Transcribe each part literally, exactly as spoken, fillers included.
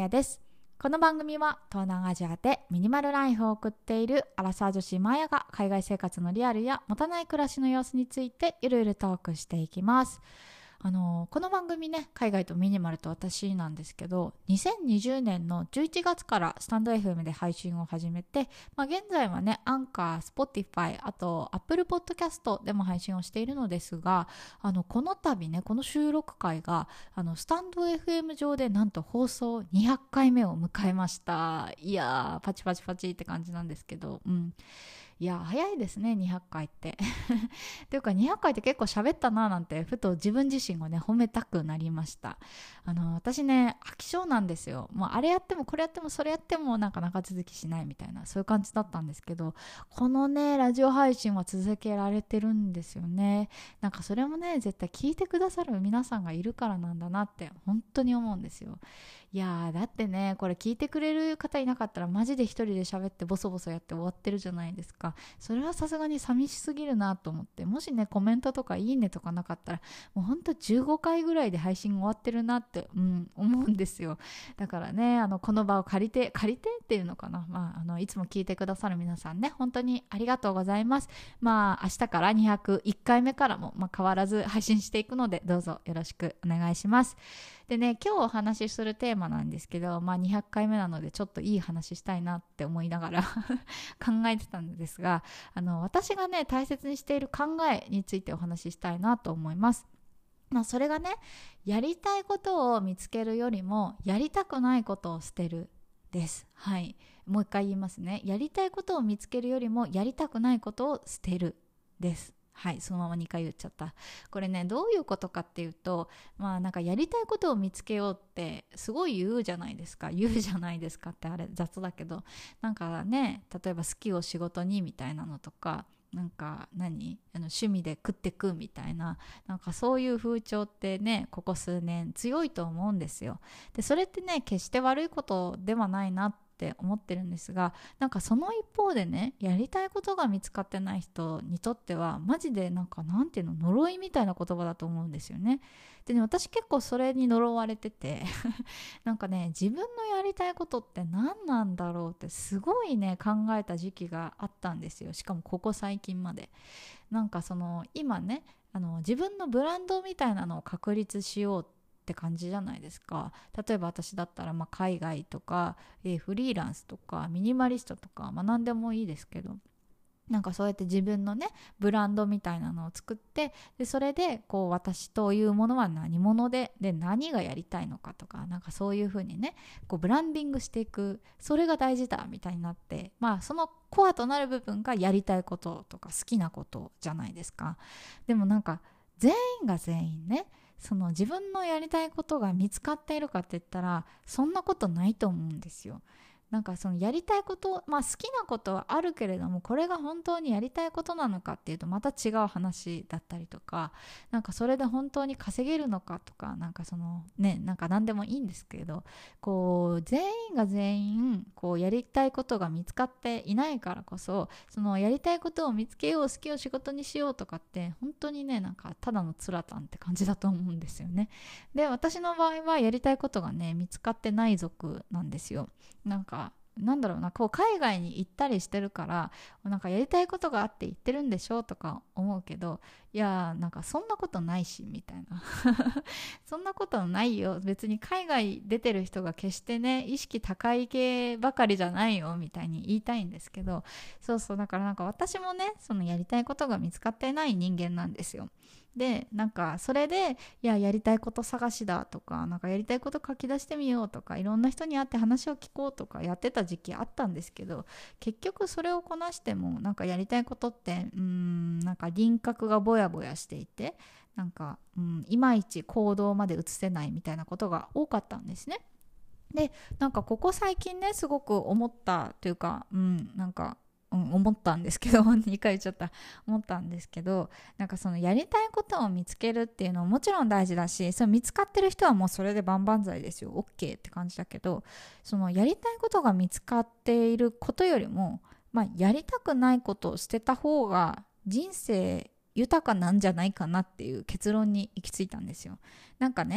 やです。この番組は東南アジアでミニマルライフを送っているアラサー女子マヤが海外生活のリアルや持たない暮らしの様子についてゆるゆるトークしていきます。あのこの番組ね、海外とミニマルと私なんですけど、にせんにじゅうねんのじゅういちがつからスタンド エフエム で配信を始めて、まあ、現在はねアンカー、スポティファイ、あとアップルポッドキャストでも配信をしているのですが、あのこの度ね、この収録回があのスタンド エフエム 上でなんと放送にひゃっかいめを迎えました。いやー、パチパチパチって感じなんですけど、うんいや早いですね、にひゃっかいってというかにひゃっかいって結構喋ったななんてふと自分自身をね褒めたくなりました。あの私ね飽き性なんですよ。もうあれやってもこれやってもそれやってもなんか長続きしないみたいな、そういう感じだったんですけど、このねラジオ配信は続けられてるんですよね。なんかそれもね絶対聞いてくださる皆さんがいるからなんだなって本当に思うんですよ。いやーだってね、これ聞いてくれる方いなかったらマジで一人で喋ってボソボソやって終わってるじゃないですか。それはさすがに寂しすぎるなと思って、もしねコメントとかいいねとかなかったらもうほんとじゅうごかいぐらいで配信終わってるなって、うん、思うんですよ。だからね、あのこの場を借りて借りてっていうのかな、まあ、あのいつも聞いてくださる皆さんね、本当にありがとうございます。まあ明日からにひゃくいっかいめからも、まあ、変わらず配信していくのでどうぞよろしくお願いします。でね、今日お話しするテーマなんですけど、まあ、にひゃっかいめなのでちょっといい話したいなって思いながら考えてたんですが、あの私がね大切にしている考えについてお話ししたいなと思います。まあ、それがね、やりたいことを見つけるよりもやりたくないことを捨てるです。はい、もう一回言いますね。やりたいことを見つけるよりもやりたくないことを捨てるです。はい、そのままにかい言っちゃった。これねどういうことかっていうと、まあなんかやりたいことを見つけようってすごい言うじゃないですか。言うじゃないですかってあれ雑だけど、なんかね、例えば好きを仕事にみたいなのとか、なんか何あの趣味で食ってくみたいな、なんかそういう風潮ってねここ数年強いと思うんですよ。でそれってね決して悪いことではないなって思ってるんですが、なんかその一方でね、やりたいことが見つかってない人にとってはマジでなんかなんていうの、呪いみたいな言葉だと思うんですよね。でね、私結構それに呪われててなんかね、自分のやりたいことって何なんだろうってすごいね考えた時期があったんですよ。しかもここ最近まで。なんかその今ね、あの自分のブランドみたいなのを確立しようって感じじゃないですか。例えば私だったらまあ海外とか、えー、フリーランスとかミニマリストとか、まあ、何でもいいですけど、なんかそうやって自分のねブランドみたいなのを作って、でそれでこう私というものは何者でで何がやりたいのかとか、なんかそういう風にねこうブランディングしていく、それが大事だみたいになって、まあそのコアとなる部分がやりたいこととか好きなことじゃないですか。でもなんか全員が全員ね、その自分のやりたいことが見つかっているかって言ったらそんなことないと思うんですよ。なんかそのやりたいこと、まあ好きなことはあるけれども、これが本当にやりたいことなのかっていうとまた違う話だったりとか、なんかそれで本当に稼げるのかとか、なんかそのね、なんか何でもいいんですけど、こう全員が全員こうやりたいことが見つかっていないからこそ、そのやりたいことを見つけよう、好きを仕事にしようとかって本当にね、なんかただのつらたんって感じだと思うんですよね。で私の場合はやりたいことがね見つかってない族なんですよ。なんかなんだろうな、こう海外に行ったりしてるからなんかやりたいことがあって行ってるんでしょとか思うけど、いやなんかそんなことないしみたいなそんなことないよ、別に海外出てる人が決してね意識高い系ばかりじゃないよみたいに言いたいんですけど、そうそう、だからなんか私もねそのやりたいことが見つかってない人間なんですよ。でなんかそれでいややりたいこと探しだとか、なんかやりたいこと書き出してみようとか、いろんな人に会って話を聞こうとかやってた時期あったんですけど、結局それをこなしてもなんかやりたいことってうーんなんか輪郭がぼやぼやしていて、なんか、うん、いまいち行動まで移せないみたいなことが多かったんですね。でなんかここ最近ねすごく思ったというか、うんなんかうん、思ったんですけどにかい言っちゃった、思ったんですけど、なんかそのやりたいことを見つけるっていうのはもちろん大事だし、その見つかってる人はもうそれで万々歳ですよ、 OK って感じだけど、そのやりたいことが見つかっていることよりも、まあ、やりたくないことを捨てた方が人生豊かなんじゃないかなっていう結論に行き着いたんですよ。なんかね、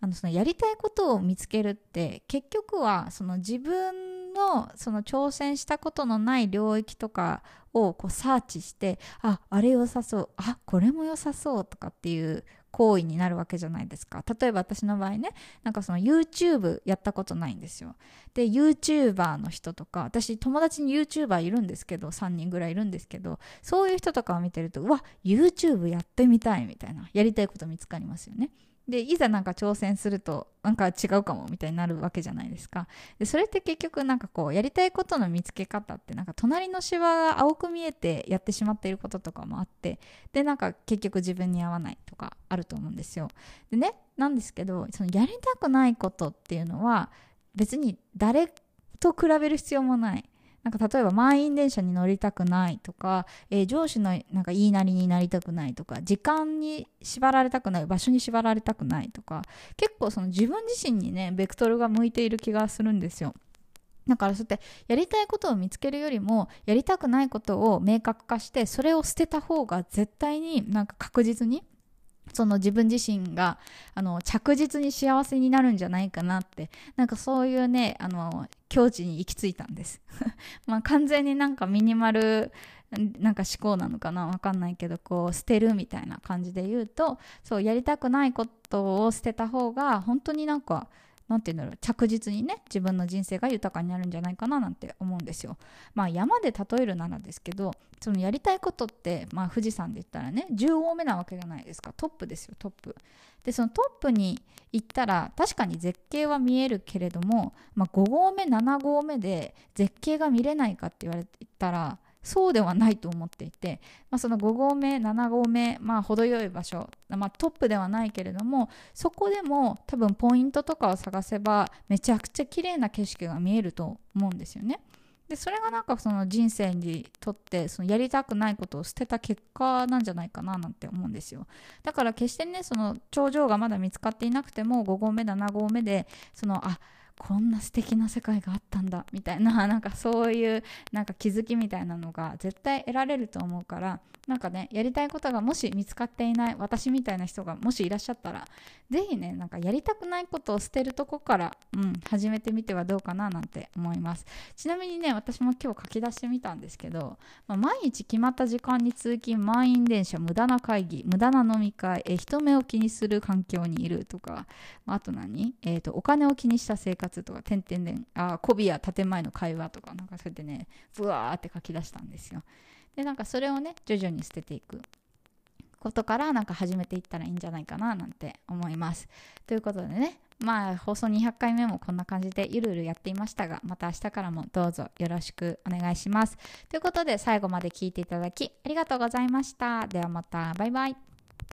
あのそのやりたいことを見つけるって結局はその自分のその挑戦したことのない領域とかをこうサーチして、あ、あれ良さそう、あ、これも良さそうとかっていう行為になるわけじゃないですか。例えば私の場合ね、なんかその YouTube やったことないんですよ。で YouTuber の人とか、私友達に YouTuber いるんですけど、さんにんぐらいいるんですけど、そういう人とかを見てると、うわ YouTube やってみたいみたいな、やりたいこと見つかりますよね。でいざなんか挑戦するとなんか違うかもみたいになるわけじゃないですか。でそれって結局なんかこうやりたいことの見つけ方ってなんか隣のシワが青く見えてやってしまっていることとかもあって、でなんか結局自分に合わないとかあると思うんですよ。でね、なんですけど、そのやりたくないことっていうのは別に誰と比べる必要もない。なんか例えば満員電車に乗りたくないとか、えー、上司のなんか言いなりになりたくないとか、時間に縛られたくない、場所に縛られたくないとか、結構その自分自身にねベクトルが向いている気がするんですよ。だからそうやってやりたいことを見つけるよりもやりたくないことを明確化してそれを捨てた方が絶対になんか確実にその自分自身があの着実に幸せになるんじゃないかなって、なんかそういうねあの境地に行き着いたんですまあ完全になんかミニマルなんか思考なのかな、わかんないけど、こう捨てるみたいな感じで言うと、そうやりたくないことを捨てた方が本当になんかなんていうんだろう、着実にね自分の人生が豊かになるんじゃないかななんて思うんですよ。まあ山で例えるならですけど、そのやりたいことってまあ富士山で言ったらねじゅう合目なわけじゃないですか。トップですよ、トップで。そのトップに行ったら確かに絶景は見えるけれども、まあ、ご合目なな合目で絶景が見れないかって言われたらそうではないと思っていて、まあ、そのご合目なな合目、まあ程よい場所、まあ、トップではないけれどもそこでも多分ポイントとかを探せばめちゃくちゃ綺麗な景色が見えると思うんですよね。でそれがなんかその人生にとってそのやりたくないことを捨てた結果なんじゃないかななんて思うんですよ。だから決してねその頂上がまだ見つかっていなくてもご合目なな合目でそのあこんな素敵な世界があったんだみたいな、なんかそういうなんか気づきみたいなのが絶対得られると思うから、なんかねやりたいことがもし見つかっていない私みたいな人がもしいらっしゃったら、ぜひねなんかやりたくないことを捨てるとこから、うん、始めてみてはどうかななんて思います。ちなみにね私も今日書き出してみたんですけど、まあ、毎日決まった時間に通勤、満員電車、無駄な会議、無駄な飲み会、え人目を気にする環境にいるとか、あと何、えーと、お金を気にした生活とか、点々であ媚びや建前の会話とか、なんかそうやってねブワーって書き出したんですよ。でなんかそれをね徐々に捨てていくことからなんか始めていったらいいんじゃないかななんて思います。ということでね、まあ放送にひゃっかいめもこんな感じでゆるゆるやっていましたが、また明日からもどうぞよろしくお願いします。ということで最後まで聞いていただきありがとうございました。ではまた、バイバイ。